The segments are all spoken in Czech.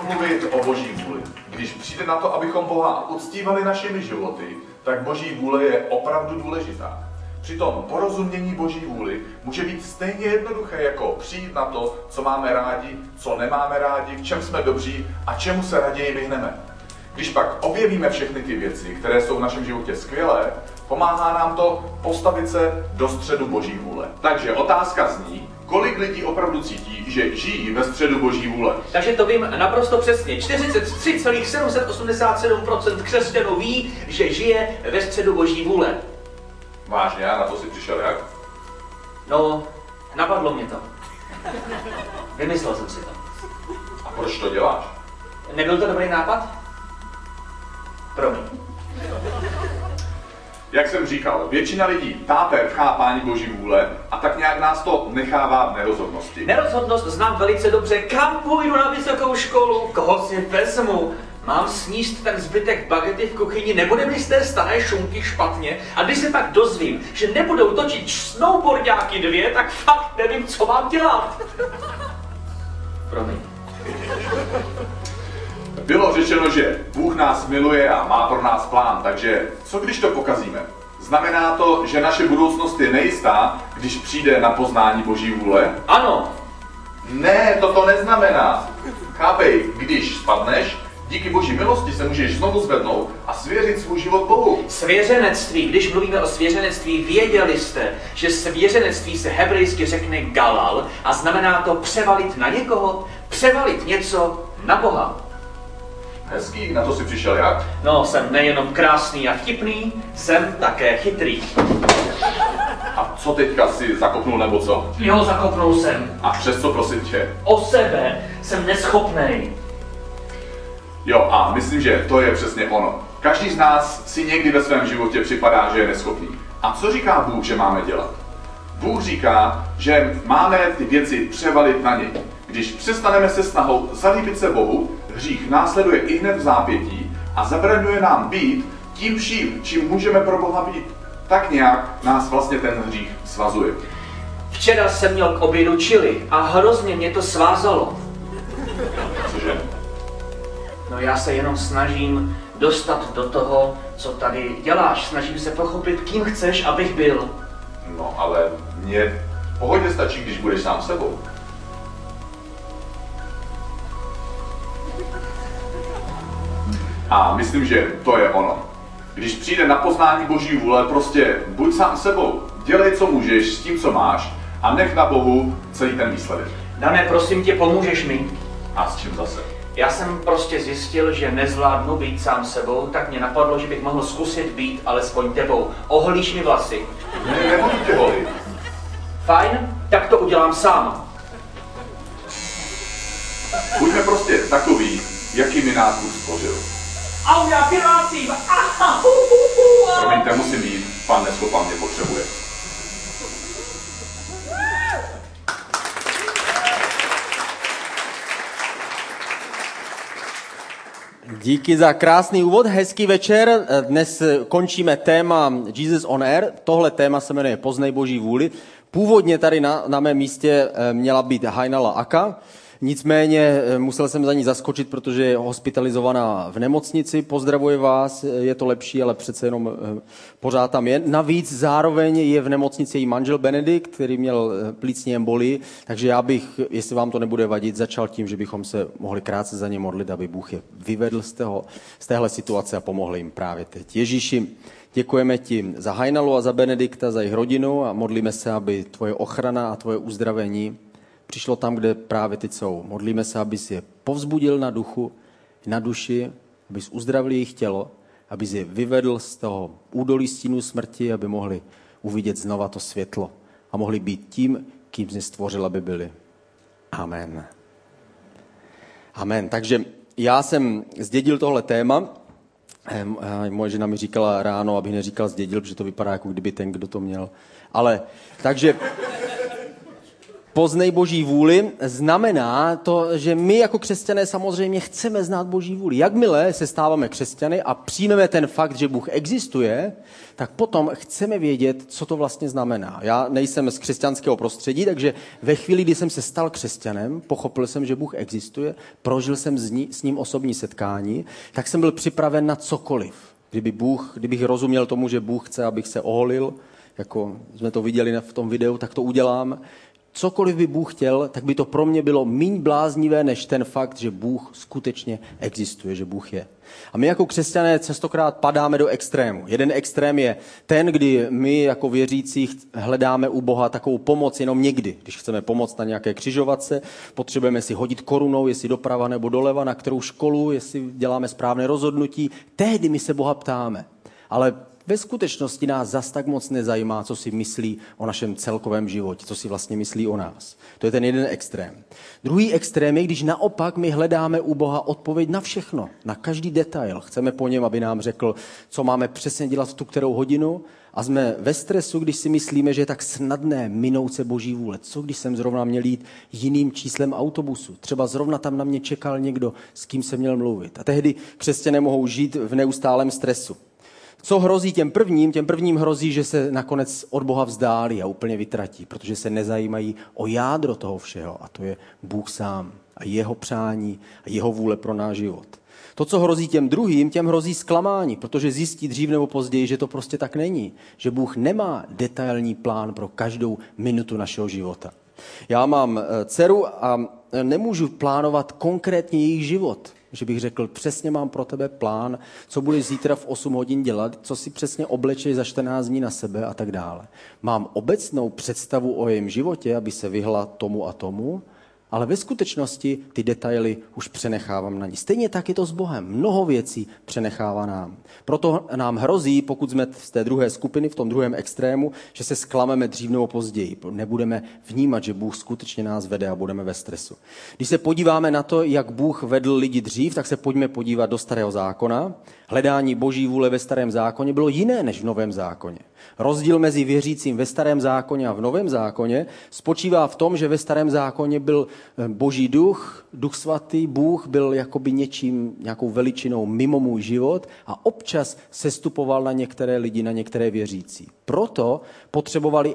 mluvit o Boží vůli. Když přijde na to, abychom Boha uctívali našimi životy, tak Boží vůle je opravdu důležitá. Přitom porozumění Boží vůli může být stejně jednoduché, jako přijít na to, co máme rádi, co nemáme rádi, v čem jsme dobří a čemu se raději vyhneme. Když pak objevíme všechny ty věci, které jsou v našem životě skvělé, pomáhá nám to postavit se do středu Boží vůle. Takže otázka zní, kolik lidí opravdu cítí, že žijí ve středu Boží vůle? Takže to vím naprosto přesně. 43,787% křesťanů ví, že žije ve středu Boží vůle. Vážně, a na to si přišel jak? No, napadlo mě to. Vymyslel jsem si to. A proč to děláš? Nebyl to dobrý nápad? Promiň. Jak jsem říkal, většina lidí tápe v chápání Boží vůle a tak nějak nás to nechává v nerozhodnosti. Nerozhodnost znám velice dobře. Kam půjdu na vysokou školu? Koho si vezmu? Mám sníst ten zbytek bagety v kuchyni? Nebude mi z té staré šunky špatně? A když se pak dozvím, že nebudou točit snowboardáky 2, tak fakt nevím, co mám dělat. Promiň. Bylo řečeno, že Bůh nás miluje a má pro nás plán, takže co když to pokazíme? Znamená to, že naše budoucnost je nejistá, když přijde na poznání Boží vůle? Ano. Ne, to neznamená. Chápej, když spadneš, díky Boží milosti se můžeš znovu zvednout a svěřit svůj život Bohu. Svěřenectví, když mluvíme o svěřenectví, věděli jste, že svěřenectví se hebrejsky řekne galal a znamená to převalit na někoho, převalit něco na Boha. Hezký, na to si přišel jak? No, jsem nejenom krásný a vtipný, jsem také chytrý. A co teďka si zakopnul nebo co? Jo, zakopnul jsem. A přes co prosím tě? O sebe jsem neschopnej. Jo, a myslím, že to je přesně ono. Každý z nás si někdy ve svém životě připadá, že je neschopný. A co říká Bůh, že máme dělat? Bůh říká, že máme ty věci převalit na něj. Když přestaneme se snahou zalíbit se Bohu, hřích následuje ihned v zápětí a zabraňuje nám být tím vším, čím můžeme pro Boha být. Tak nějak nás vlastně ten hřích svazuje. Včera jsem měl k obědu chili a hrozně mě to svázalo. Cože? No já se jenom snažím dostat do toho, co tady děláš. Snažím se pochopit, kým chceš, abych byl. No ale mně v pohodě stačí, když budeš sám sebou. A myslím, že to je ono. Když přijde na poznání Boží vůle, prostě buď sám sebou, dělej, co můžeš s tím, co máš a nech na Bohu celý ten výsledek. Dané, prosím tě, pomůžeš mi? A s čím zase? Já jsem prostě zjistil, že nezvládnu být sám sebou, tak mě napadlo, že bych mohl zkusit být alespoň tebou. Oholíš mi vlasy? Ne, nebudu tě holit. Fajn, tak to udělám sám. Buďme prostě takový, jaký mi nás Bůh stvořil. Au, já pirácím! Promiňte, musím jít, pan Neschopa mě potřebuje. Díky za krásný úvod, hezký večer. Dnes končíme téma Jesus on Air. Tohle téma se jmenuje Poznej Boží vůli. Původně tady na mém místě měla být Hajnala Aka, nicméně musel jsem za ní zaskočit, protože je hospitalizovaná v nemocnici. Pozdravuji vás, je to lepší, ale přece jenom pořád tam je. Navíc zároveň je v nemocnici její manžel Benedikt, který měl plicní embolii, takže já bych, jestli vám to nebude vadit, začal tím, že bychom se mohli krátce za ně modlit, aby Bůh je vyvedl z téhle situace a pomohl jim právě teď. Ježíši, děkujeme ti za Hajnalu a za Benedikta, za jejich rodinu a modlíme se, aby tvoje ochrana a tvoje uzdravení přišlo tam, kde právě teď jsou. Modlíme se, abys je povzbudil na duchu, na duši, abys uzdravil jejich tělo, abys je vyvedl z toho údolí stínu smrti, aby mohli uvidět znova to světlo a mohli být tím, kým jsi stvořil, aby byli. Amen. Amen. Takže já jsem zdědil tohle téma. Moje žena mi říkala ráno, abych neříkal zdědil, protože to vypadá, jako kdyby ten, kdo to měl. Ale takže poznej Boží vůli znamená to, že my jako křesťané samozřejmě chceme znát Boží vůli. Jakmile se stáváme křesťany a přijmeme ten fakt, že Bůh existuje, tak potom chceme vědět, co to vlastně znamená. Já nejsem z křesťanského prostředí, takže ve chvíli, kdy jsem se stal křesťanem, pochopil jsem, že Bůh existuje, prožil jsem s ním osobní setkání, tak jsem byl připraven na cokoliv. Kdybych rozuměl tomu, že Bůh chce, abych se oholil, jako jsme to viděli v tom videu, tak to udělám. Cokoliv by Bůh chtěl, tak by to pro mě bylo míň bláznivé, než ten fakt, že Bůh skutečně existuje, že Bůh je. A my jako křesťané častokrát padáme do extrému. Jeden extrém je ten, kdy my jako věřící hledáme u Boha takovou pomoc jenom někdy. Když chceme pomoct na nějaké křižovatce, potřebujeme si hodit korunou, jestli doprava nebo doleva, na kterou školu, jestli děláme správné rozhodnutí. Tehdy my se Boha ptáme. Ale ve skutečnosti nás zas tak moc nezajímá, co si myslí o našem celkovém životě, co si vlastně myslí o nás. To je ten jeden extrém. Druhý extrém je, když naopak my hledáme u Boha odpověď na všechno, na každý detail. Chceme po něm, aby nám řekl, co máme přesně dělat v tu kterou hodinu, a jsme ve stresu, když si myslíme, že je tak snadné minout se Boží vůle. Co když jsem zrovna měl jít jiným číslem autobusu? Třeba zrovna tam na mě čekal někdo, s kým jsem měl mluvit. A tehdy křesťané mohou žít v neustálém stresu. Co hrozí těm prvním? Těm prvním hrozí, že se nakonec od Boha vzdálí a úplně vytratí, protože se nezajímají o jádro toho všeho, a to je Bůh sám a jeho přání a jeho vůle pro náš život. To, co hrozí těm druhým, těm hrozí zklamání, protože zjistí dřív nebo později, že to prostě tak není, že Bůh nemá detailní plán pro každou minutu našeho života. Já mám dceru a nemůžu plánovat konkrétně jejich život. Že bych řekl, přesně mám pro tebe plán, co budeš zítra v 8 hodin dělat, co si přesně oblečeš za 14 dní na sebe a tak dále. Mám obecnou představu o jejím životě, aby se vyhla tomu a tomu, ale ve skutečnosti ty detaily už přenechávám na ní. Stejně tak je to s Bohem. Mnoho věcí přenechává nám. Proto nám hrozí, pokud jsme z té druhé skupiny, v tom druhém extrému, že se zklameme dřív nebo později. Nebudeme vnímat, že Bůh skutečně nás vede a budeme ve stresu. Když se podíváme na to, jak Bůh vedl lidi dřív, tak se pojďme podívat do Starého zákona. Hledání Boží vůle ve Starém zákoně bylo jiné než v Novém zákoně. Rozdíl mezi věřícím ve Starém zákoně a v Novém zákoně spočívá v tom, že ve Starém zákoně byl Boží duch, Duch svatý, Bůh byl jakoby nějakou veličinou mimo můj život a občas sestupoval na některé lidi, na některé věřící. Proto potřebovali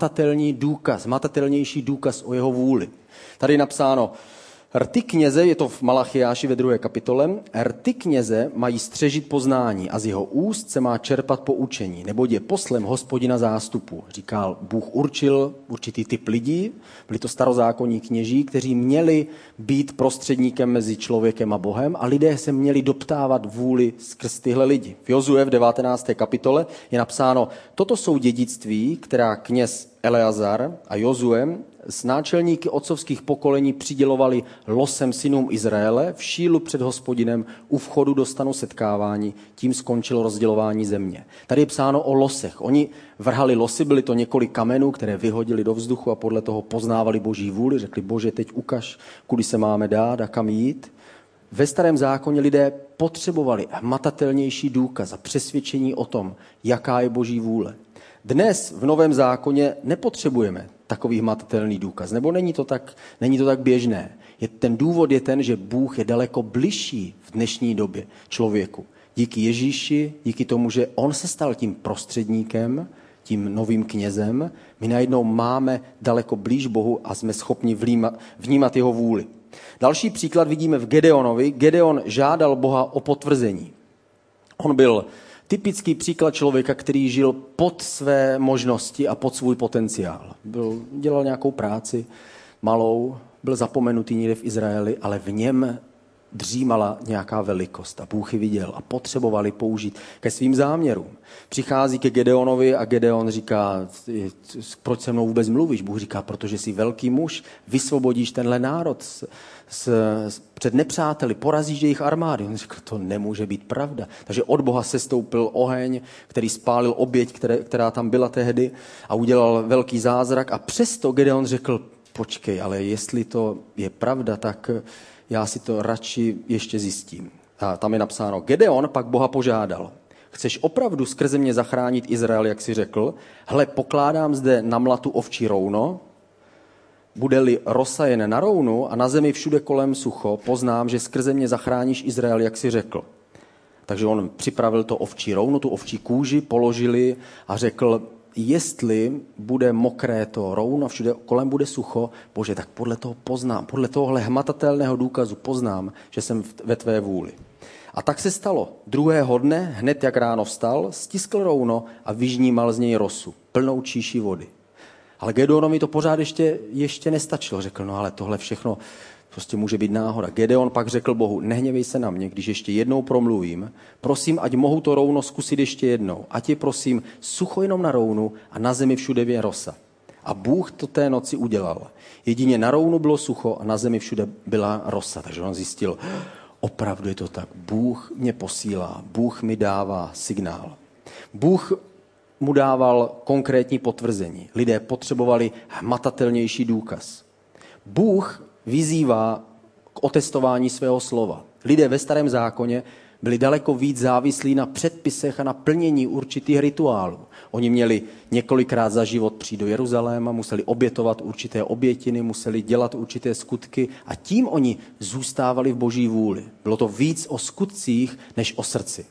hmatatelnější důkaz o jeho vůli. Tady je napsáno, rty kněze, je to v Malachiáši ve 2. kapitole, rty kněze mají střežit poznání a z jeho úst se má čerpat poučení, neboť je poslem Hospodina zástupu. Říkal, Bůh určil určitý typ lidí, byli to starozákonní kněží, kteří měli být prostředníkem mezi člověkem a Bohem a lidé se měli doptávat vůli skrz tyhle lidi. V Jozue v 19. kapitole je napsáno, toto jsou dědictví, která kněz Eleazar a Jozue s náčelníky otcovských pokolení přidělovali losem synům Izraele v Šílu před Hospodinem u vchodu do stanu setkávání. Tím skončilo rozdělování země. Tady je psáno o losech. Oni vrhali losy, byly to několik kamenů, které vyhodili do vzduchu a podle toho poznávali Boží vůli. Řekli, Bože, teď ukaž, kudy se máme dát a kam jít. Ve Starém zákoně lidé potřebovali hmatatelnější důkaz a přesvědčení o tom, jaká je Boží vůle. Dnes v Novém zákoně nepotřebujeme takový hmatatelný důkaz, nebo není to tak běžné. Ten důvod je ten, že Bůh je daleko bližší v dnešní době člověku. Díky Ježíši, díky tomu, že on se stal tím prostředníkem, tím novým knězem, my najednou máme daleko blíž Bohu a jsme schopni vnímat jeho vůli. Další příklad vidíme v Gedeonovi. Gedeon žádal Boha o potvrzení. On byl typický příklad člověka, který žil pod své možnosti a pod svůj potenciál. Dělal nějakou práci malou, byl zapomenutý někde v Izraeli, ale v něm dřímala nějaká velikost a Bůh ji viděl a potřebovali použít ke svým záměrům. Přichází ke Gedeonovi a Gedeon říká, proč se mnou vůbec mluvíš? Bůh říká, protože jsi velký muž, vysvobodíš tenhle národ před nepřáteli, porazíš jejich armády. On říká, to nemůže být pravda. Takže od Boha sestoupil oheň, který spálil oběť, která tam byla tehdy a udělal velký zázrak a přesto Gedeon řekl, počkej, ale jestli to je pravda, tak já si to radši ještě zjistím. A tam je napsáno, Gedeon pak Boha požádal. Chceš opravdu skrze mě zachránit Izrael, jak si řekl? Hle, pokládám zde na mlatu ovčí rouno. bude-li rosa jen na rounu a na zemi všude kolem sucho, poznám, že skrze mě zachráníš Izrael, jak si řekl. Takže on připravil to ovčí rounu, tu ovčí kůži, položili a řekl, jestli bude mokré to rouno a všude kolem bude sucho, Bože, tak podle toho poznám, podle tohohle hmatatelného důkazu poznám, že jsem ve tvé vůli. A tak se stalo. Druhého dne, hned jak ráno vstal, stiskl rouno a vyžnímal z něj rosu, plnou číši vody. Ale Gedeonovi to pořád ještě nestačilo. Řekl, no ale tohle všechno prostě může být náhoda. Gedeon pak řekl Bohu, nehněvej se na mě, když ještě jednou promluvím. Prosím, ať mohu to rouno zkusit ještě jednou. Ať je prosím sucho jenom na rounu a na zemi všude je rosa. A Bůh to té noci udělal. Jedině na rounu bylo sucho a na zemi všude byla rosa. Takže on zjistil, opravdu je to tak. Bůh mě posílá, Bůh mi dává signál. Bůh mu dával konkrétní potvrzení. Lidé potřebovali hmatatelnější důkaz. Bůh vyzývá k otestování svého slova. Lidé ve Starém zákoně byli daleko víc závislí na předpisech a na plnění určitých rituálů. Oni měli několikrát za život přijít do Jeruzaléma, museli obětovat určité obětiny, museli dělat určité skutky a tím oni zůstávali v Boží vůli. Bylo to víc o skutcích než o srdci.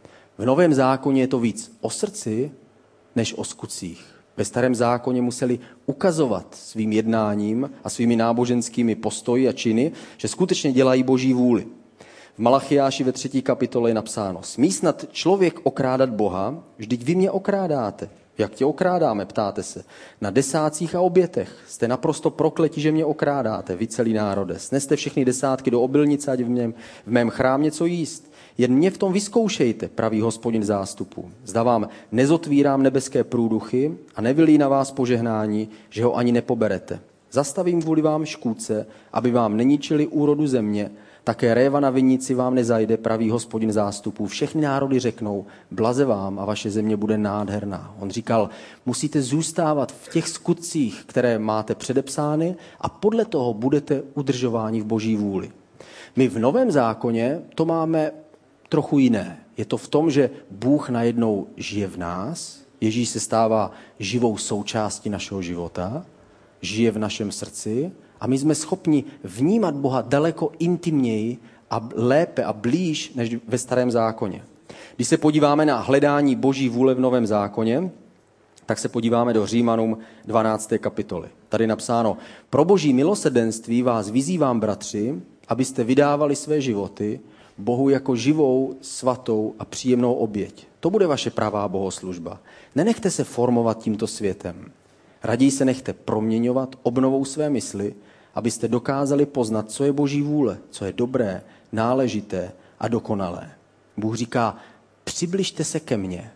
V Novém zákoně je to víc o srdci než o skutcích. Ve Starém zákoně museli ukazovat svým jednáním a svými náboženskými postoji a činy, že skutečně dělají Boží vůli. V Malachiáši ve 3. kapitole je napsáno, smí snad člověk okrádat Boha, vždyť vy mě okrádáte. Jak tě okrádáme, ptáte se. Na desátcích a obětech jste naprosto prokleti, že mě okrádáte, vy celý národe. Sneste všechny desátky do obilnice, ať v mém chrám něco jíst. Jen mě v tom vyzkoušejte, praví Hospodin zástupů. Zda vám nezotvírám nebeské průduchy a nevylí na vás požehnání, že ho ani nepoberete. Zastavím kvůli vám škůdce, aby vám neničili úrodu země, také réva na vinici vám nezajde, praví Hospodin zástupů. Všechny národy řeknou, blaze vám a vaše země bude nádherná. On říkal, musíte zůstávat v těch skutcích, které máte předepsány a podle toho budete udržováni v Boží vůli. My v Novém zákoně to máme trochu jiné. Je to v tom, že Bůh najednou žije v nás, Ježíš se stává živou součástí našeho života, žije v našem srdci a my jsme schopni vnímat Boha daleko intimněji a lépe a blíž než ve Starém zákoně. Když se podíváme na hledání Boží vůle v Novém zákoně, tak se podíváme do Římanům 12. kapitoly. Tady napsáno, pro Boží milosrdenství vás vyzývám, bratři, abyste vydávali své životy Bohu jako živou, svatou a příjemnou oběť. To bude vaše pravá bohoslužba. Nenechte se formovat tímto světem. Raději se nechte proměňovat obnovou své mysli, abyste dokázali poznat, co je Boží vůle, co je dobré, náležité a dokonalé. Bůh říká, přibližte se ke mně.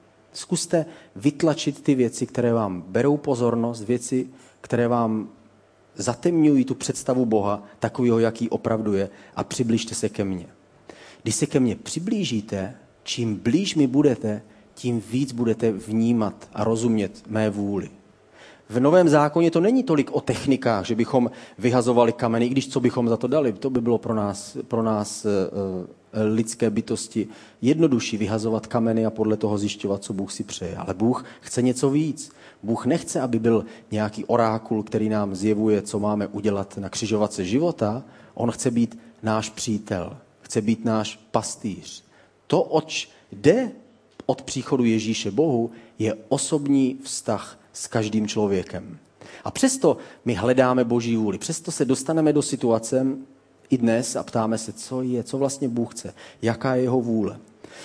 Zkuste vytlačit ty věci, které vám berou pozornost, věci, které vám zatemňují tu představu Boha, takového, jaký opravdu je, a přibližte se ke mně. Když se ke mně přiblížíte, čím blíž mi budete, tím víc budete vnímat a rozumět mé vůli. V Novém zákoně to není tolik o technikách, že bychom vyhazovali kameny, i když co bychom za to dali, to by bylo pro nás lidské bytosti jednodušší vyhazovat kameny a podle toho zjišťovat, co Bůh si přeje. Ale Bůh chce něco víc. Bůh nechce, aby byl nějaký orákul, který nám zjevuje, co máme udělat na křižovatce života. On chce být náš přítel, chce být náš pastýř. To, oč jde od příchodu Ježíše Bohu, je osobní vztah s každým člověkem. A přesto my hledáme Boží vůli. Přesto se dostaneme do situace i dnes a ptáme se, co vlastně Bůh chce, jaká je jeho vůle.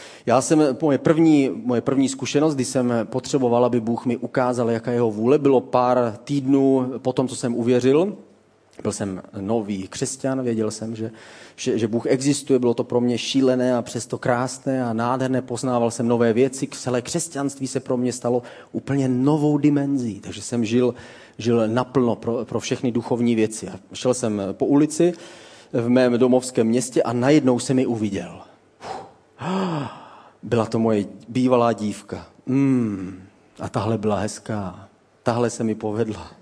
Moje první zkušenost, kdy jsem potřeboval, aby Bůh mi ukázal, jaká je jeho vůle, bylo pár týdnů po tom, co jsem uvěřil. Byl jsem nový křesťan, věděl jsem, že Bůh existuje, bylo to pro mě šílené a přesto krásné a nádherné, poznával jsem nové věci, celé křesťanství se pro mě stalo úplně novou dimenzí, takže jsem žil naplno pro všechny duchovní věci. A šel jsem po ulici v mém domovském městě a najednou jsem ji uviděl. Byla to moje bývalá dívka. A tahle byla hezká, tahle se mi povedla.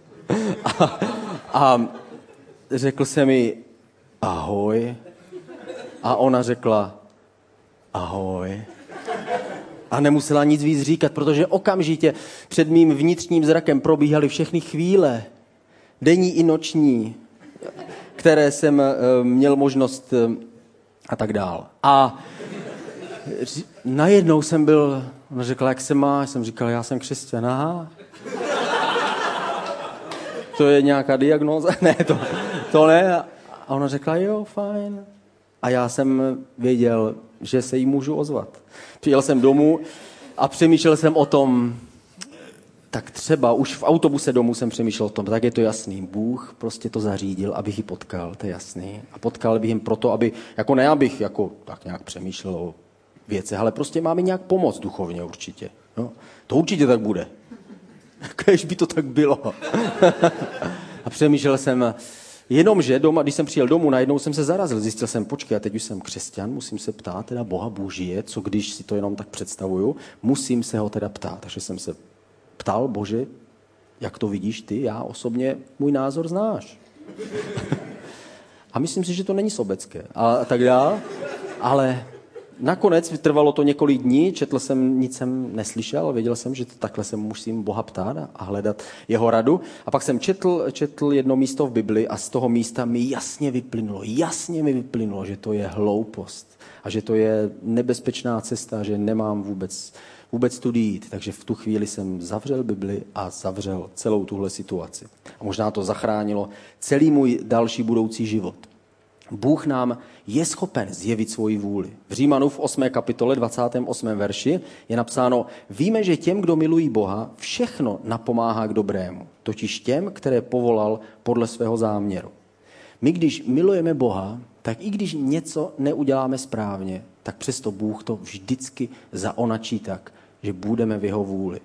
A řekl jsem mi ahoj a ona řekla ahoj a nemusela nic víc říkat, protože okamžitě před mým vnitřním zrakem probíhaly všechny chvíle, denní i noční, které jsem měl možnost a tak dál. A najednou jsem byl, ona řekla, jak se máš? Jsem říkal, já jsem křesťan. Aha. To je nějaká diagnóza? Ne, to ne. A ona řekla, jo, fajn. A já jsem věděl, že se jí můžu ozvat. Přijel jsem domů a přemýšlel jsem o tom, tak třeba už v autobuse domů jsem přemýšlel o tom, tak je to jasný. Bůh prostě to zařídil, abych ji potkal, to je jasný. A potkal bych jim proto, aby, jako ne abych jako tak nějak přemýšlel o věcech, ale prostě máme nějak pomoct duchovně určitě. No, to určitě tak bude. Kéž by to tak bylo. A přemýšlel jsem, jenomže doma, když jsem přijel domů, najednou jsem se zarazil. Zjistil jsem, počkej, a teď už jsem křesťan, musím se ptát teda Boha Božíje, co když si to jenom tak představuju, musím se ho teda ptát. Takže jsem se ptal, Bože, jak to vidíš ty? Já osobně můj názor znáš. A myslím si, že to není sobecké. A tak dál. Ale nakonec trvalo to několik dní, četl jsem, nic jsem neslyšel, věděl jsem, že takhle se musím Boha ptát a hledat jeho radu. A pak jsem četl jedno místo v Bibli a z toho místa mi jasně mi vyplynulo, že to je hloupost a že to je nebezpečná cesta, že nemám vůbec tudy jít. Takže v tu chvíli jsem zavřel Bibli a zavřel celou tuhle situaci. A možná to zachránilo celý můj další budoucí život. Bůh nám je schopen zjevit svoji vůli. V Římanův 8. kapitole 28. verši je napsáno: víme, že těm, kdo milují Boha, všechno napomáhá k dobrému, totiž těm, které povolal podle svého záměru. My, když milujeme Boha, tak i když něco neuděláme správně, tak přesto Bůh to vždycky zaonačí tak, že budeme v jeho vůli.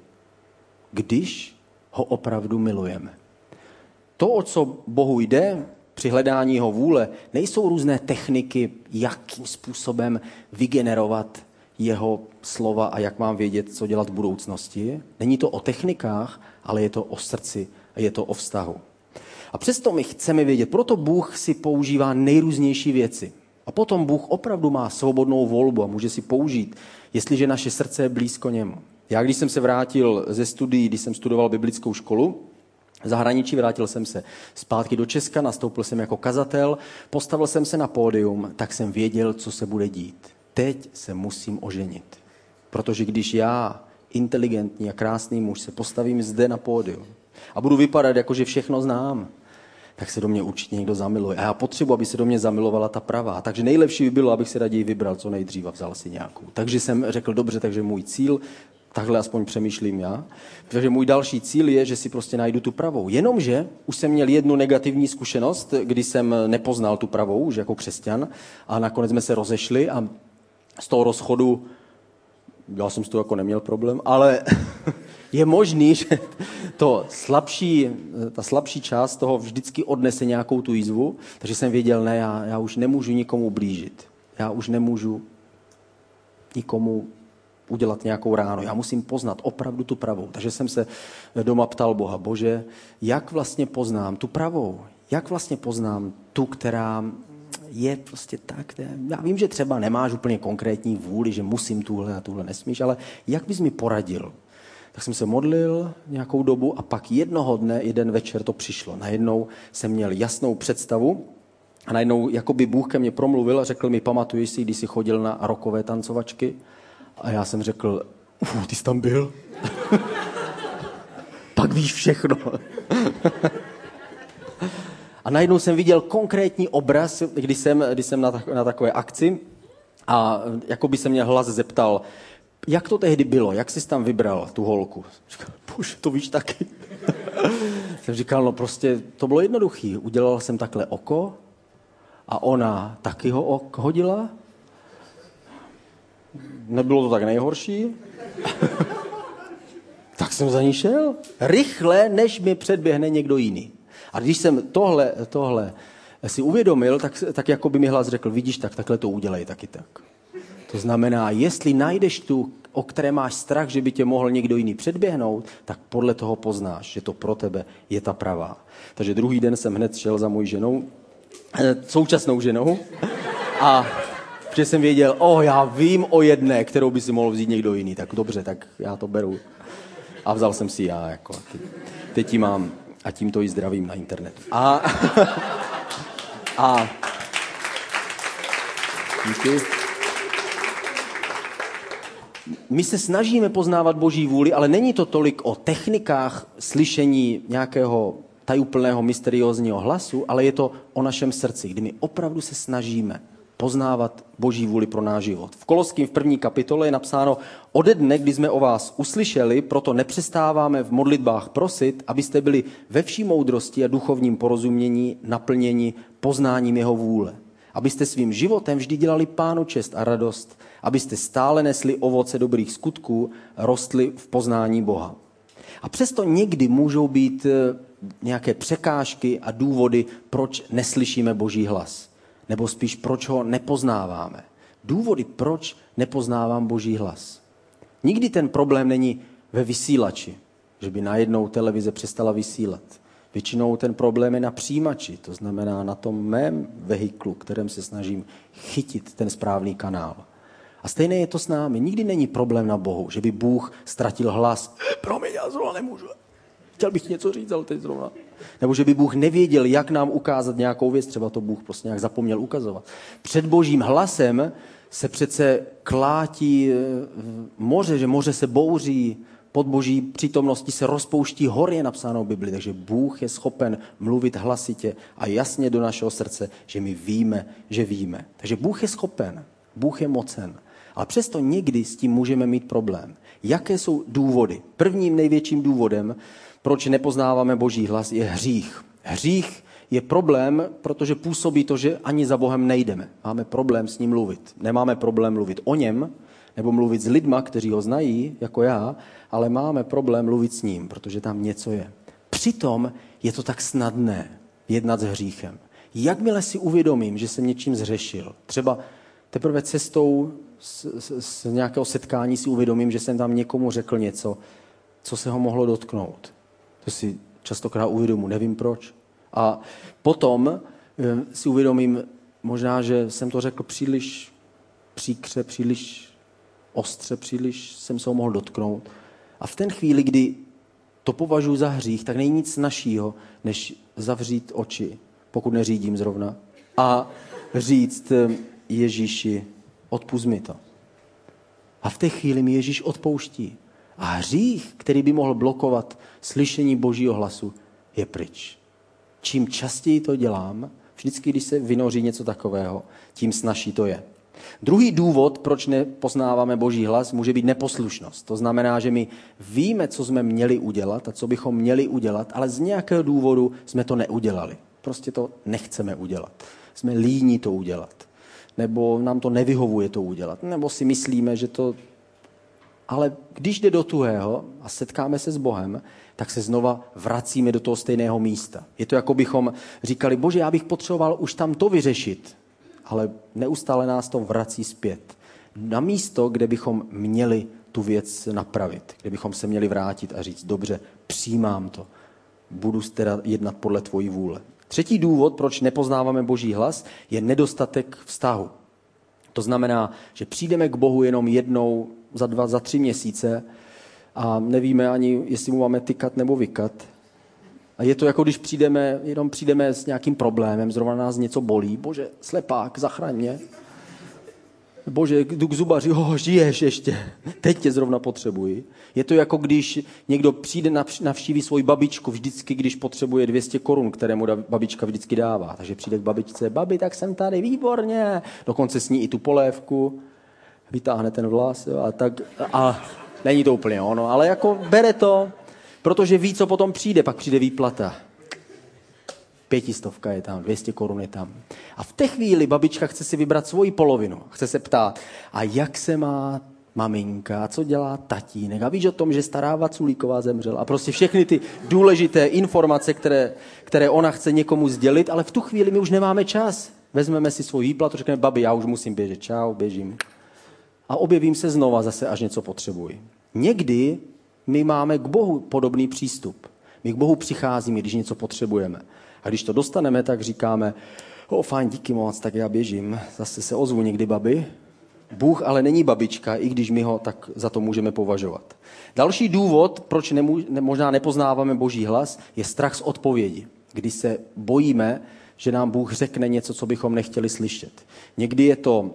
Když ho opravdu milujeme. To, o co Bohu jde při hledání jeho vůle, nejsou různé techniky, jakým způsobem vygenerovat jeho slova a jak mám vědět, co dělat v budoucnosti. Není to o technikách, ale je to o srdci a je to o vztahu. A přesto my chceme vědět, proto Bůh si používá nejrůznější věci. A potom Bůh opravdu má svobodnou volbu a může si použít, jestliže naše srdce je blízko němu. Já, když jsem se vrátil ze studií, když jsem studoval biblickou školu, v zahraničí, vrátil jsem se zpátky do Česka, nastoupil jsem jako kazatel, postavil jsem se na pódium, tak jsem věděl, co se bude dít. Teď se musím oženit. Protože když já, inteligentní a krásný muž, se postavím zde na pódium a budu vypadat, jako že všechno znám, tak se do mě určitě někdo zamiluje. A já potřebuji, aby se do mě zamilovala ta pravá. Takže nejlepší by bylo, abych se raději vybral co nejdřív a vzal si nějakou. Takže jsem řekl, dobře, takže můj cíl, takhle aspoň přemýšlím já, takže můj další cíl je, že si prostě najdu tu pravou. Jenomže už jsem měl jednu negativní zkušenost, kdy jsem nepoznal tu pravou, už jako křesťan, a nakonec jsme se rozešli a z toho rozchodu, já jsem s tím jako neměl problém, ale je možný, že ta slabší část toho vždycky odnese nějakou tu jízvu, takže jsem věděl, ne, já už nemůžu nikomu blížit. Já už nemůžu nikomu udělat nějakou ránu. Já musím poznat opravdu tu pravou. Takže jsem se doma ptal Boha, Bože, jak vlastně poznám tu pravou? Jak vlastně poznám tu, která je prostě tak? Já vím, že třeba nemáš úplně konkrétní vůli, že musím tuhle a tuhle nesmíš, ale jak bys mi poradil? Tak jsem se modlil nějakou dobu a pak jednoho dne, jeden večer to přišlo. Najednou jsem měl jasnou představu a najednou jakoby Bůh ke mně promluvil a řekl mi, pamatuješ si, když jsi chodil na rockové tancovačky? A já jsem řekl, ty jsi tam byl? Pak víš všechno. A najednou jsem viděl konkrétní obraz, když jsem na takové akci a jako by se mě hlas zeptal, jak to tehdy bylo, jak jsi tam vybral tu holku? Říkal, bože, to víš taky. Jsem říkal, no prostě to bylo jednoduchý. Udělal jsem takhle oko a ona taky ho hodila. Nebylo to tak nejhorší. Tak jsem za ní šel. Rychle, než mi předběhne někdo jiný. A když jsem tohle si uvědomil, tak jako by mi hlas řekl, vidíš, takhle to udělej taky tak. To znamená, jestli najdeš tu, o které máš strach, že by tě mohl někdo jiný předběhnout, tak podle toho poznáš, že to pro tebe je ta pravá. Takže druhý den jsem hned šel za mojí ženou, současnou ženou, a protože jsem věděl, já vím o jedné, kterou by si mohl vzít někdo jiný, tak dobře, tak já to beru. A vzal jsem si já, jako, teď ji mám. A tímto ji zdravím na internetu. Díky. My se snažíme poznávat Boží vůli, ale není to tolik o technikách slyšení nějakého tajuplného mysteriózního hlasu, ale je to o našem srdci, kdy my opravdu se snažíme poznávat Boží vůli pro náš život. V Koloským v 1. kapitole je napsáno: ode dne, kdy jsme o vás uslyšeli, proto nepřestáváme v modlitbách prosit, abyste byli ve vší moudrosti a duchovním porozumění naplněni poznáním jeho vůle. Abyste svým životem vždy dělali Pánu čest a radost, abyste stále nesli ovoce dobrých skutků, rostli v poznání Boha. A přesto někdy můžou být nějaké překážky a důvody, proč neslyšíme Boží hlas. Nebo spíš, proč ho nepoznáváme. Důvody, proč nepoznávám Boží hlas. Nikdy ten problém není ve vysílači, že by najednou televize přestala vysílat. Většinou ten problém je na přijímači, to znamená na tom mém vehiklu, kterém se snažím chytit ten správný kanál. A stejné je to s námi. Nikdy není problém na Bohu, že by Bůh ztratil hlas. Promiň, já zrovna nemůžu. Chtěl bych něco říct, ale teď zrovna. Nebo že by Bůh nevěděl, jak nám ukázat nějakou věc, třeba to Bůh prostě nějak zapomněl ukazovat. Před Božím hlasem se přece klátí moře, že moře se bouří, pod Boží přítomností se rozpouští hory, je napsáno v Bibli, takže Bůh je schopen mluvit hlasitě a jasně do našeho srdce, že my víme, že víme. Takže Bůh je schopen, Bůh je mocen, ale přesto někdy s tím můžeme mít problém. Jaké jsou důvody? Prvním největším důvodem, proč nepoznáváme Boží hlas, je hřích. Hřích je problém, protože působí to, že ani za Bohem nejdeme. Máme problém s ním mluvit. Nemáme problém mluvit o něm, nebo mluvit s lidma, kteří ho znají, jako já, ale máme problém mluvit s ním, protože tam něco je. Přitom je to tak snadné jednat s hříchem. Jakmile si uvědomím, že jsem něčím zřešil, třeba teprve cestou z nějakého setkání si uvědomím, že jsem tam někomu řekl něco, co se ho mohlo dotknout. To si častokrát uvědomu, nevím proč. A potom si uvědomím, možná, že jsem to řekl příliš příkře, příliš ostře, příliš jsem se ho mohl dotknout. A v ten chvíli, kdy to považuji za hřích, tak není nic snazšího, než zavřít oči, pokud neřídím zrovna, a říct Ježíši, odpusť mi to. A v té chvíli mi Ježíš odpouští. A hřích, který by mohl blokovat slyšení Božího hlasu, je pryč. Čím častěji to dělám, vždycky, když se vynoří něco takového, tím snazší to je. Druhý důvod, proč nepoznáváme Boží hlas, může být neposlušnost. To znamená, že my víme, co jsme měli udělat a co bychom měli udělat, ale z nějakého důvodu jsme to neudělali. Prostě to nechceme udělat. Jsme líní to udělat. Nebo nám to nevyhovuje to udělat. Nebo si myslíme, že to... Ale když jde do tuhého a setkáme se s Bohem, tak se znova vracíme do toho stejného místa. Je to, jako bychom říkali, Bože, já bych potřeboval už tam to vyřešit. Ale neustále nás to vrací zpět. Na místo, kde bychom měli tu věc napravit. Kde bychom se měli vrátit a říct, dobře, přijímám to. Budu teda jednat podle tvojí vůle. Třetí důvod, proč nepoznáváme Boží hlas, je nedostatek vztahu. To znamená, že přijdeme k Bohu jenom jednou za 2, za 3 měsíce a nevíme ani, jestli mu máme tykat nebo vykat. A je to jako když přijdeme s nějakým problémem, zrovna nás něco bolí. Bože, slepák, zachraň mě. Bože, jdu k zubaři, žiješ ještě. Teď tě zrovna potřebuji. Je to jako když někdo přijde navštíví svoji babičku vždycky, když potřebuje 200 korun, které mu babička vždycky dává. Takže přijde k babičce, babi, tak jsem tady, výborně. Dokonce sní i tu polévku, vytáhne ten vlas a není to úplně ono, ale jako bere to, protože ví, co potom přijde, pak přijde výplata. 500 je tam, 200 korun je tam. A v té chvíli babička chce si vybrat svoji polovinu. Chce se ptát, a jak se má maminka, a co dělá tatínek, a víš o tom, že stará Vaculíková zemřela. A prostě všechny ty důležité informace, které ona chce někomu sdělit, ale v tu chvíli my už nemáme čas. Vezmeme si svůj výplatu, řekneme, babi, já už musím běžet, čau, běžím. A objevím se znova zase, až něco potřebuji. Někdy my máme k Bohu podobný přístup. My k Bohu přicházíme, když něco potřebujeme. A když to dostaneme, tak říkáme, fajn, díky moc, tak já běžím. Zase se ozvu někdy, babi. Bůh ale není babička, i když my ho tak za to můžeme považovat. Další důvod, proč možná nepoznáváme Boží hlas, je strach z odpovědi. Když se bojíme, že nám Bůh řekne něco, co bychom nechtěli slyšet. Někdy je to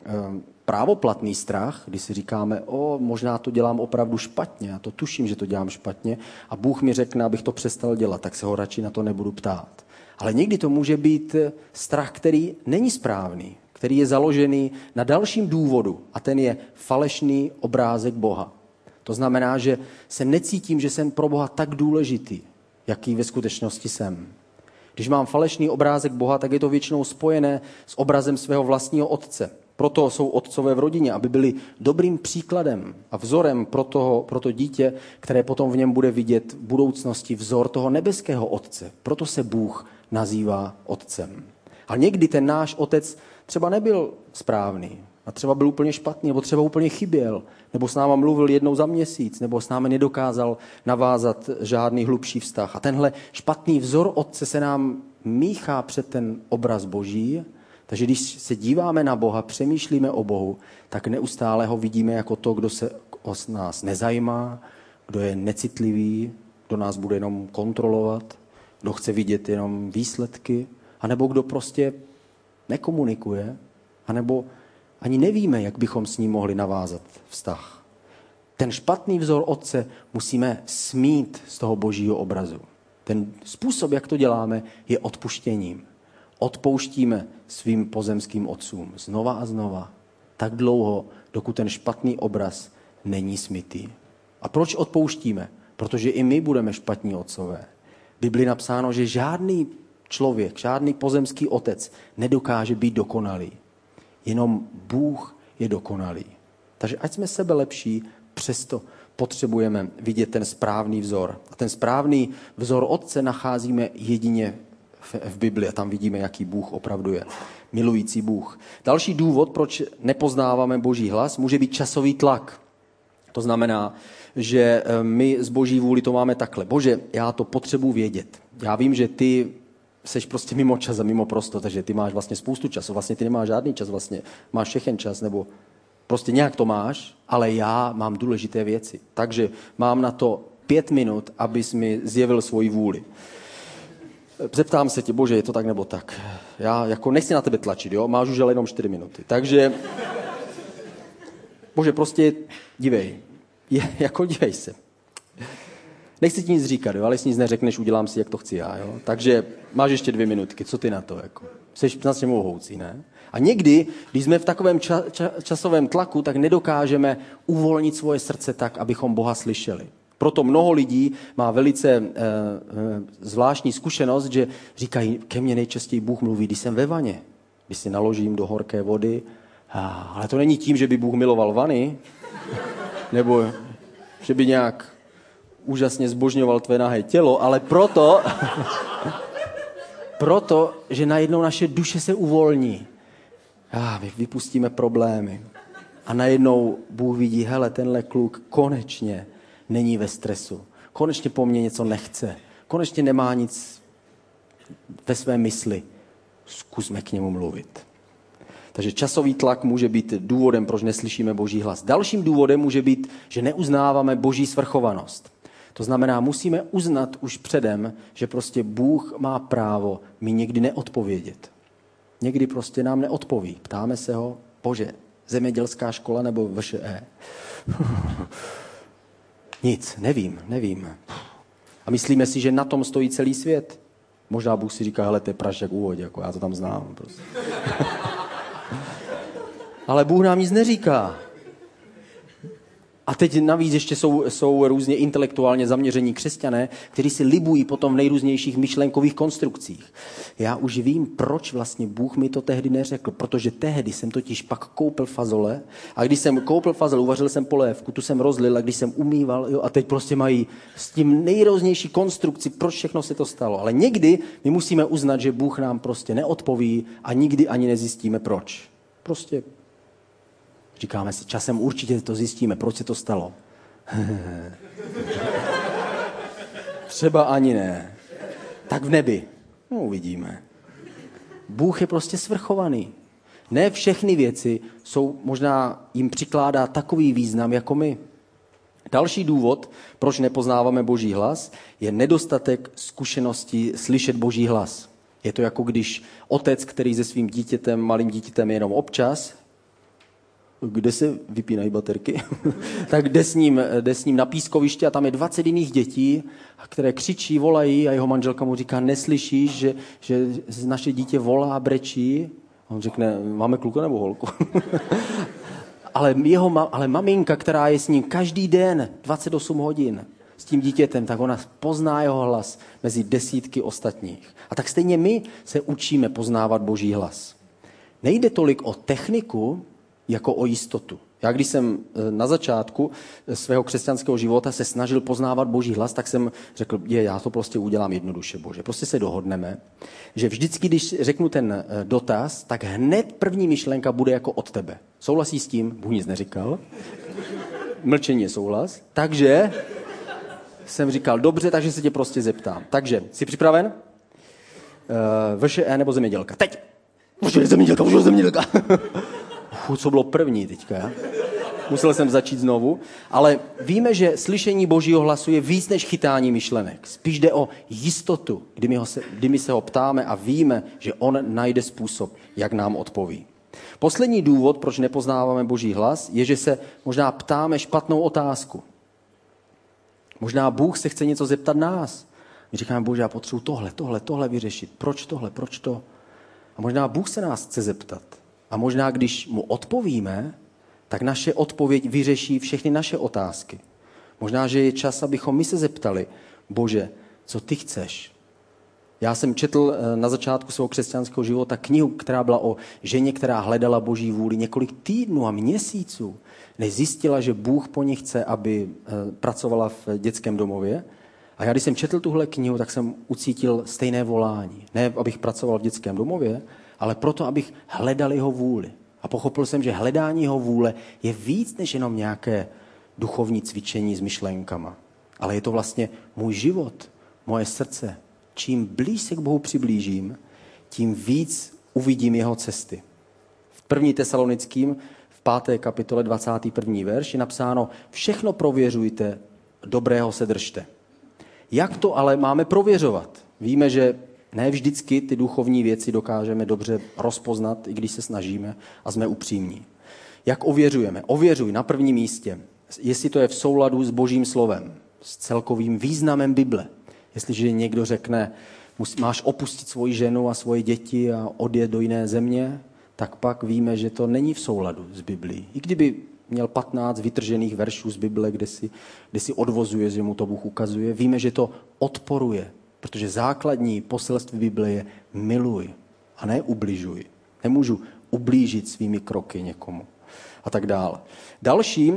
právoplatný strach, kdy si říkáme, možná to dělám opravdu špatně, já to tuším, že to dělám špatně a Bůh mi řekne, abych to přestal dělat, tak se ho radši na to nebudu ptát. Ale někdy to může být strach, který není správný, který je založený na dalším důvodu a ten je falešný obrázek Boha. To znamená, že se necítím, že jsem pro Boha tak důležitý, jaký ve skutečnosti jsem. Když mám falešný obrázek Boha, tak je to většinou spojené s obrazem svého vlastního otce. Proto jsou otcové v rodině, aby byli dobrým příkladem a vzorem pro to dítě, které potom v něm bude vidět v budoucnosti vzor toho nebeského otce. Proto se Bůh nazývá otcem. A někdy ten náš otec třeba nebyl správný a třeba byl úplně špatný, nebo třeba úplně chyběl, nebo s náma mluvil jednou za měsíc, nebo s námi nedokázal navázat žádný hlubší vztah. A tenhle špatný vzor otce se nám míchá před ten obraz Boží. Takže když se díváme na Boha, přemýšlíme o Bohu, tak neustále ho vidíme jako to, kdo se o nás nezajímá, kdo je necitlivý, kdo nás bude jenom kontrolovat, kdo chce vidět jenom výsledky, anebo kdo prostě nekomunikuje, anebo ani nevíme, jak bychom s ním mohli navázat vztah. Ten špatný vzor otce musíme smít z toho Božího obrazu. Ten způsob, jak to děláme, je odpuštěním. Odpouštíme svým pozemským otcům znova a znova, tak dlouho, dokud ten špatný obraz není smytý. A proč odpouštíme? Protože i my budeme špatní otcové. V Biblii napsáno, že žádný člověk, žádný pozemský otec nedokáže být dokonalý. Jenom Bůh je dokonalý. Takže ať jsme sebe lepší, přesto potřebujeme vidět ten správný vzor. A ten správný vzor otce nacházíme jedině v Bibli a tam vidíme, jaký Bůh opravdu je. Milující Bůh. Další důvod, proč nepoznáváme Boží hlas, může být časový tlak. To znamená, že my z Boží vůli to máme takhle. Bože, já to potřebuji vědět. Já vím, že ty seš prostě mimo čas a mimo prostor, takže ty máš vlastně spoustu času. Vlastně ty nemáš žádný čas, vlastně máš všechen čas, nebo prostě nějak to máš, ale já mám důležité věci. Takže mám na to 5 minut, abys mi zjevil svoji vůli. Zeptám se tě, Bože, je to tak nebo tak? Já jako nechci na tebe tlačit, jo? Máš už ale jenom 4 minuty. Takže, Bože, prostě dívej. Dívej se. Nechci ti nic říkat, jo? Ale jestli nic neřekneš, udělám si, jak to chci já. Jo? Takže máš ještě 2 minutky, co ty na to? Jako? Jseš na něm mohoucí, ne? A někdy, když jsme v takovém časovém tlaku, tak nedokážeme uvolnit svoje srdce tak, abychom Boha slyšeli. Proto mnoho lidí má velice zvláštní zkušenost, že říkají, ke mně nejčastěji Bůh mluví, když jsem ve vaně, když si naložím do horké vody. Ale to není tím, že by Bůh miloval vany, nebo že by nějak úžasně zbožňoval tvé nahé tělo, ale proto, že najednou naše duše se uvolní. My vypustíme problémy. A najednou Bůh vidí, hele, tenhle kluk konečně není ve stresu. Konečně po mně něco nechce. Konečně nemá nic ve své mysli. Zkusme k němu mluvit. Takže časový tlak může být důvodem, proč neslyšíme Boží hlas. Dalším důvodem může být, že neuznáváme Boží svrchovanost. To znamená, musíme uznat už předem, že prostě Bůh má právo mi někdy neodpovědět. Někdy prostě nám neodpoví. Ptáme se ho, Bože, zemědělská škola nebo VŠE? Nic, nevím. A myslíme si, že na tom stojí celý svět. Možná Bůh si říká, hele, to je prašťák u vodě, jako já to tam znám. Prostě. Ale Bůh nám nic neříká. A teď navíc ještě jsou různě intelektuálně zaměření křesťané, kteří si libují potom v nejrůznějších myšlenkových konstrukcích. Já už vím, proč vlastně Bůh mi to tehdy neřekl, protože tehdy jsem totiž pak koupil fazole a když jsem koupil fazole, uvařil jsem polévku, tu jsem rozlil a když jsem umýval, jo, a teď prostě mají s tím nejrůznější konstrukci, proč všechno se to stalo. Ale někdy my musíme uznat, že Bůh nám prostě neodpoví a nikdy ani nezjistíme proč. Prostě říkáme si, časem určitě to zjistíme, proč se to stalo. Třeba ani ne. Tak v nebi. No, uvidíme. Bůh je prostě svrchovaný. Ne všechny věci jsou, možná jim přikládá takový význam jako my. Další důvod, proč nepoznáváme Boží hlas, je nedostatek zkušenosti slyšet Boží hlas. Je to jako když otec, který se svým dítětem, malým dítětem jenom občas, kde se vypínají baterky, tak jde s ním na pískoviště a tam je 20 jiných dětí, které křičí, volají a jeho manželka mu říká, neslyšíš, že naše dítě volá a brečí? A on řekne, máme kluka nebo holku? ale maminka, která je s ním každý den, 28 hodin, s tím dítětem, tak ona pozná jeho hlas mezi desítky ostatních. A tak stejně my se učíme poznávat Boží hlas. Nejde tolik o techniku, jako o jistotu. Já když jsem na začátku svého křesťanského života se snažil poznávat Boží hlas, tak jsem řekl, já to prostě udělám jednoduše, Bože. Prostě se dohodneme, že vždycky, když řeknu ten dotaz, tak hned první myšlenka bude jako od tebe. Souhlasí s tím? Bůh nic neříkal. Mlčení je souhlas. Takže jsem říkal, dobře, takže se tě prostě zeptám. Takže, jsi připraven? VŠE nebo zemědělka? Teď! Bože, zemědělka! Co bylo první teďka? Musel jsem začít znovu. Ale víme, že slyšení Božího hlasu je víc než chytání myšlenek. Spíš jde o jistotu, kdy my se ho ptáme a víme, že on najde způsob, jak nám odpoví. Poslední důvod, proč nepoznáváme Boží hlas, je, že se možná ptáme špatnou otázku. Možná Bůh se chce něco zeptat nás. My říkáme, Bože, já potřebuji tohle vyřešit. Proč tohle, proč to? A možná Bůh se nás chce zeptat. A možná, když mu odpovíme, tak naše odpověď vyřeší všechny naše otázky. Možná, že je čas, abychom my se zeptali, Bože, co ty chceš? Já jsem četl na začátku svého křesťanského života knihu, která byla o ženě, která hledala Boží vůli několik týdnů a měsíců, než zjistila, že Bůh po ní chce, aby pracovala v dětském domově. A já, když jsem četl tuhle knihu, tak jsem ucítil stejné volání. Ne, abych pracoval v dětském domově, ale proto, abych hledal jeho vůli. A pochopil jsem, že hledání jeho vůle je víc než jenom nějaké duchovní cvičení s myšlenkama. Ale je to vlastně můj život, moje srdce. Čím blíž se k Bohu přiblížím, tím víc uvidím jeho cesty. V 1. Tesalonickým v 5. kapitole 21. verš je napsáno, všechno prověřujte, dobrého se držte. Jak to ale máme prověřovat? Víme, že ne vždycky ty duchovní věci dokážeme dobře rozpoznat, i když se snažíme a jsme upřímní. Jak ověřujeme? Ověřuj na prvním místě, jestli to je v souladu s Božím slovem, s celkovým významem Bible. Jestliže někdo řekne, máš opustit svoji ženu a svoje děti a odjet do jiné země, tak pak víme, že to není v souladu s Biblií. I kdyby měl 15 vytržených veršů z Bible, kde si odvozuje, že mu to Bůh ukazuje, víme, že to odporuje. Protože základní poselství Bible je miluj a ne ubližuj. Nemůžu ublížit svými kroky někomu a tak dále. Další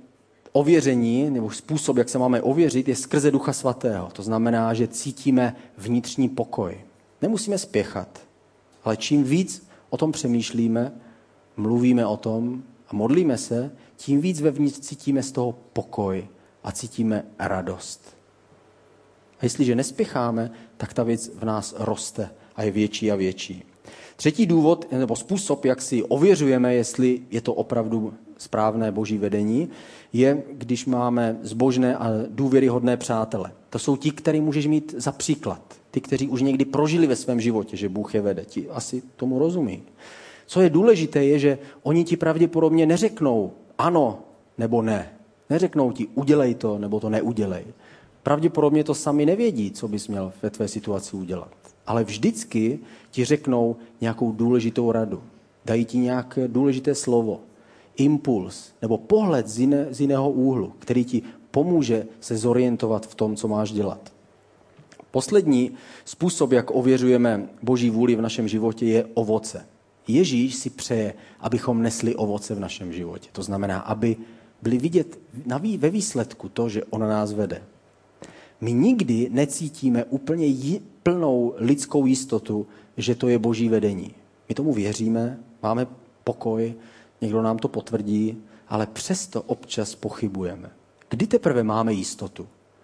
ověření, nebo způsob, jak se máme ověřit, je skrze Ducha Svatého. To znamená, že cítíme vnitřní pokoj. Nemusíme spěchat, ale čím víc o tom přemýšlíme, mluvíme o tom a modlíme se, tím víc vevnitř cítíme z toho pokoj a cítíme radost. A jestliže nespěcháme, tak ta věc v nás roste a je větší a větší. Třetí důvod, nebo způsob, jak si ověřujeme, jestli je to opravdu správné Boží vedení, je, když máme zbožné a důvěryhodné přátele. To jsou ti, který můžeš mít za příklad. Ty, kteří už někdy prožili ve svém životě, že Bůh je vede. Ti asi tomu rozumí. Co je důležité, je, že oni ti pravděpodobně neřeknou ano nebo ne. Neřeknou ti udělej to nebo to neudělej. Pravděpodobně to sami nevědí, co bys měl ve tvé situaci udělat. Ale vždycky ti řeknou nějakou důležitou radu. Dají ti nějaké důležité slovo, impuls nebo pohled z jiného úhlu, který ti pomůže se zorientovat v tom, co máš dělat. Poslední způsob, jak ověřujeme Boží vůli v našem životě, je ovoce. Ježíš si přeje, abychom nesli ovoce v našem životě. To znamená, aby byli vidět ve výsledku to, že on nás vede. My nikdy necítíme úplně plnou lidskou jistotu, že to je Boží vedení. My tomu věříme, máme pokoj, někdo nám to potvrdí, ale přesto občas pochybujeme. Kdy teprve máme jistotu?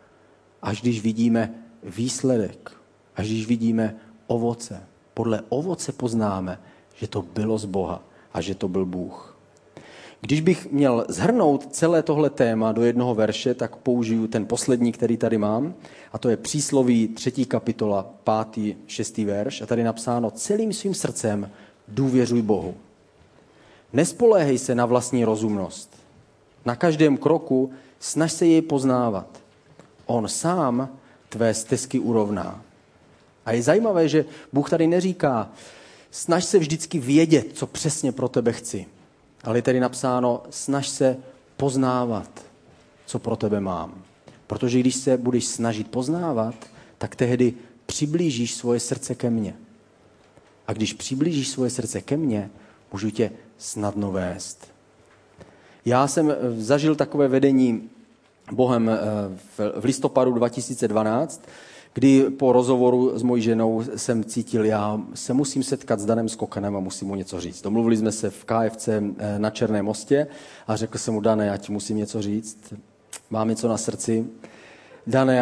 Až když vidíme výsledek, až když vidíme ovoce. Podle ovoce poznáme, že to bylo z Boha a že to byl Bůh. Když bych měl shrnout celé tohle téma do jednoho verše, tak použiju ten poslední, který tady mám, a to je Přísloví 3. kapitola, 5. 6. verš, a tady je napsáno: celým svým srdcem důvěřuj Bohu. Nespoléhej se na vlastní rozumnost. Na každém kroku snaž se jej poznávat. On sám tvé stezky urovná. A je zajímavé, že Bůh tady neříká, snaž se vždycky vědět, co přesně pro tebe chci. Ale je tady napsáno, snaž se poznávat, co pro tebe mám. Protože když se budeš snažit poznávat, tak tehdy přiblížíš svoje srdce ke mně. A když přiblížíš svoje srdce ke mně, můžu tě snadno vést. Já jsem zažil takové vedení Bohem v listopadu 2012, kdy po rozhovoru s mojí ženou jsem cítil, já se musím setkat s Danem Skokanem a musím mu něco říct. Domluvili jsme se v KFC na Černém mostě a řekl jsem mu: Dane, já ti musím něco říct, mám něco na srdci. Dane,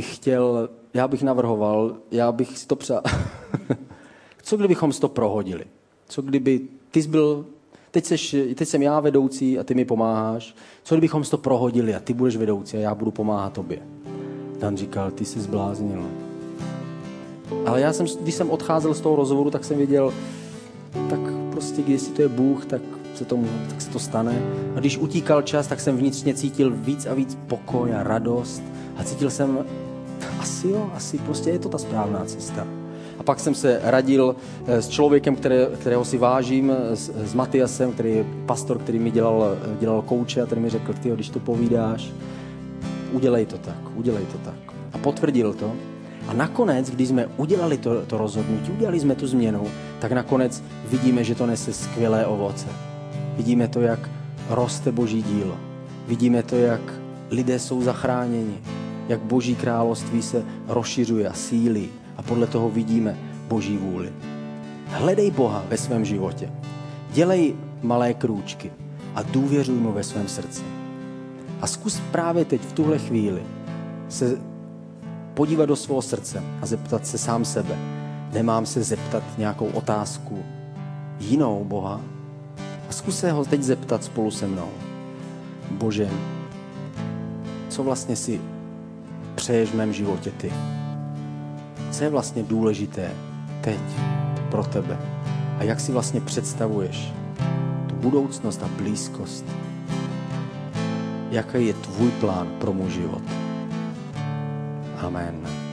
já bych navrhoval, já bych si to přál. Co kdybychom si to prohodili? Co kdyby ty jsi byl, teď jsem já vedoucí a ty mi pomáháš. Co kdybychom si to prohodili a ty budeš vedoucí a já budu pomáhat tobě? Dan říkal, ty jsi zbláznil. Ale když jsem odcházel z toho rozhovoru, tak jsem věděl, tak prostě, když to je Bůh, tak se to stane. A když utíkal čas, tak jsem vnitřně cítil víc a víc pokoj a radost. A cítil jsem, asi prostě je to ta správná cesta. A pak jsem se radil s člověkem, kterého si vážím, s Matyasem, který je pastor, který mi dělal kouče a který mi řekl, tyjo, když to povídáš, udělej to tak. A potvrdil to. A nakonec, když jsme udělali to rozhodnutí, udělali jsme tu změnu, tak nakonec vidíme, že to nese skvělé ovoce. Vidíme to, jak roste Boží dílo. Vidíme to, jak lidé jsou zachráněni, jak Boží království se rozšiřuje a sílí. A podle toho vidíme Boží vůli. Hledej Boha ve svém životě. Dělej malé krůčky a důvěřuj mu ve svém srdci. A zkus právě teď, v tuhle chvíli, se podívat do svého srdce a zeptat se sám sebe. Nemám se zeptat nějakou otázku jinou Boha? A zkus se ho teď zeptat spolu se mnou. Bože, co vlastně si přeješ v mém životě ty? Co je vlastně důležité teď pro tebe? A jak si vlastně představuješ tu budoucnost a blízkost? Jaký je tvůj plán pro můj život? Amen.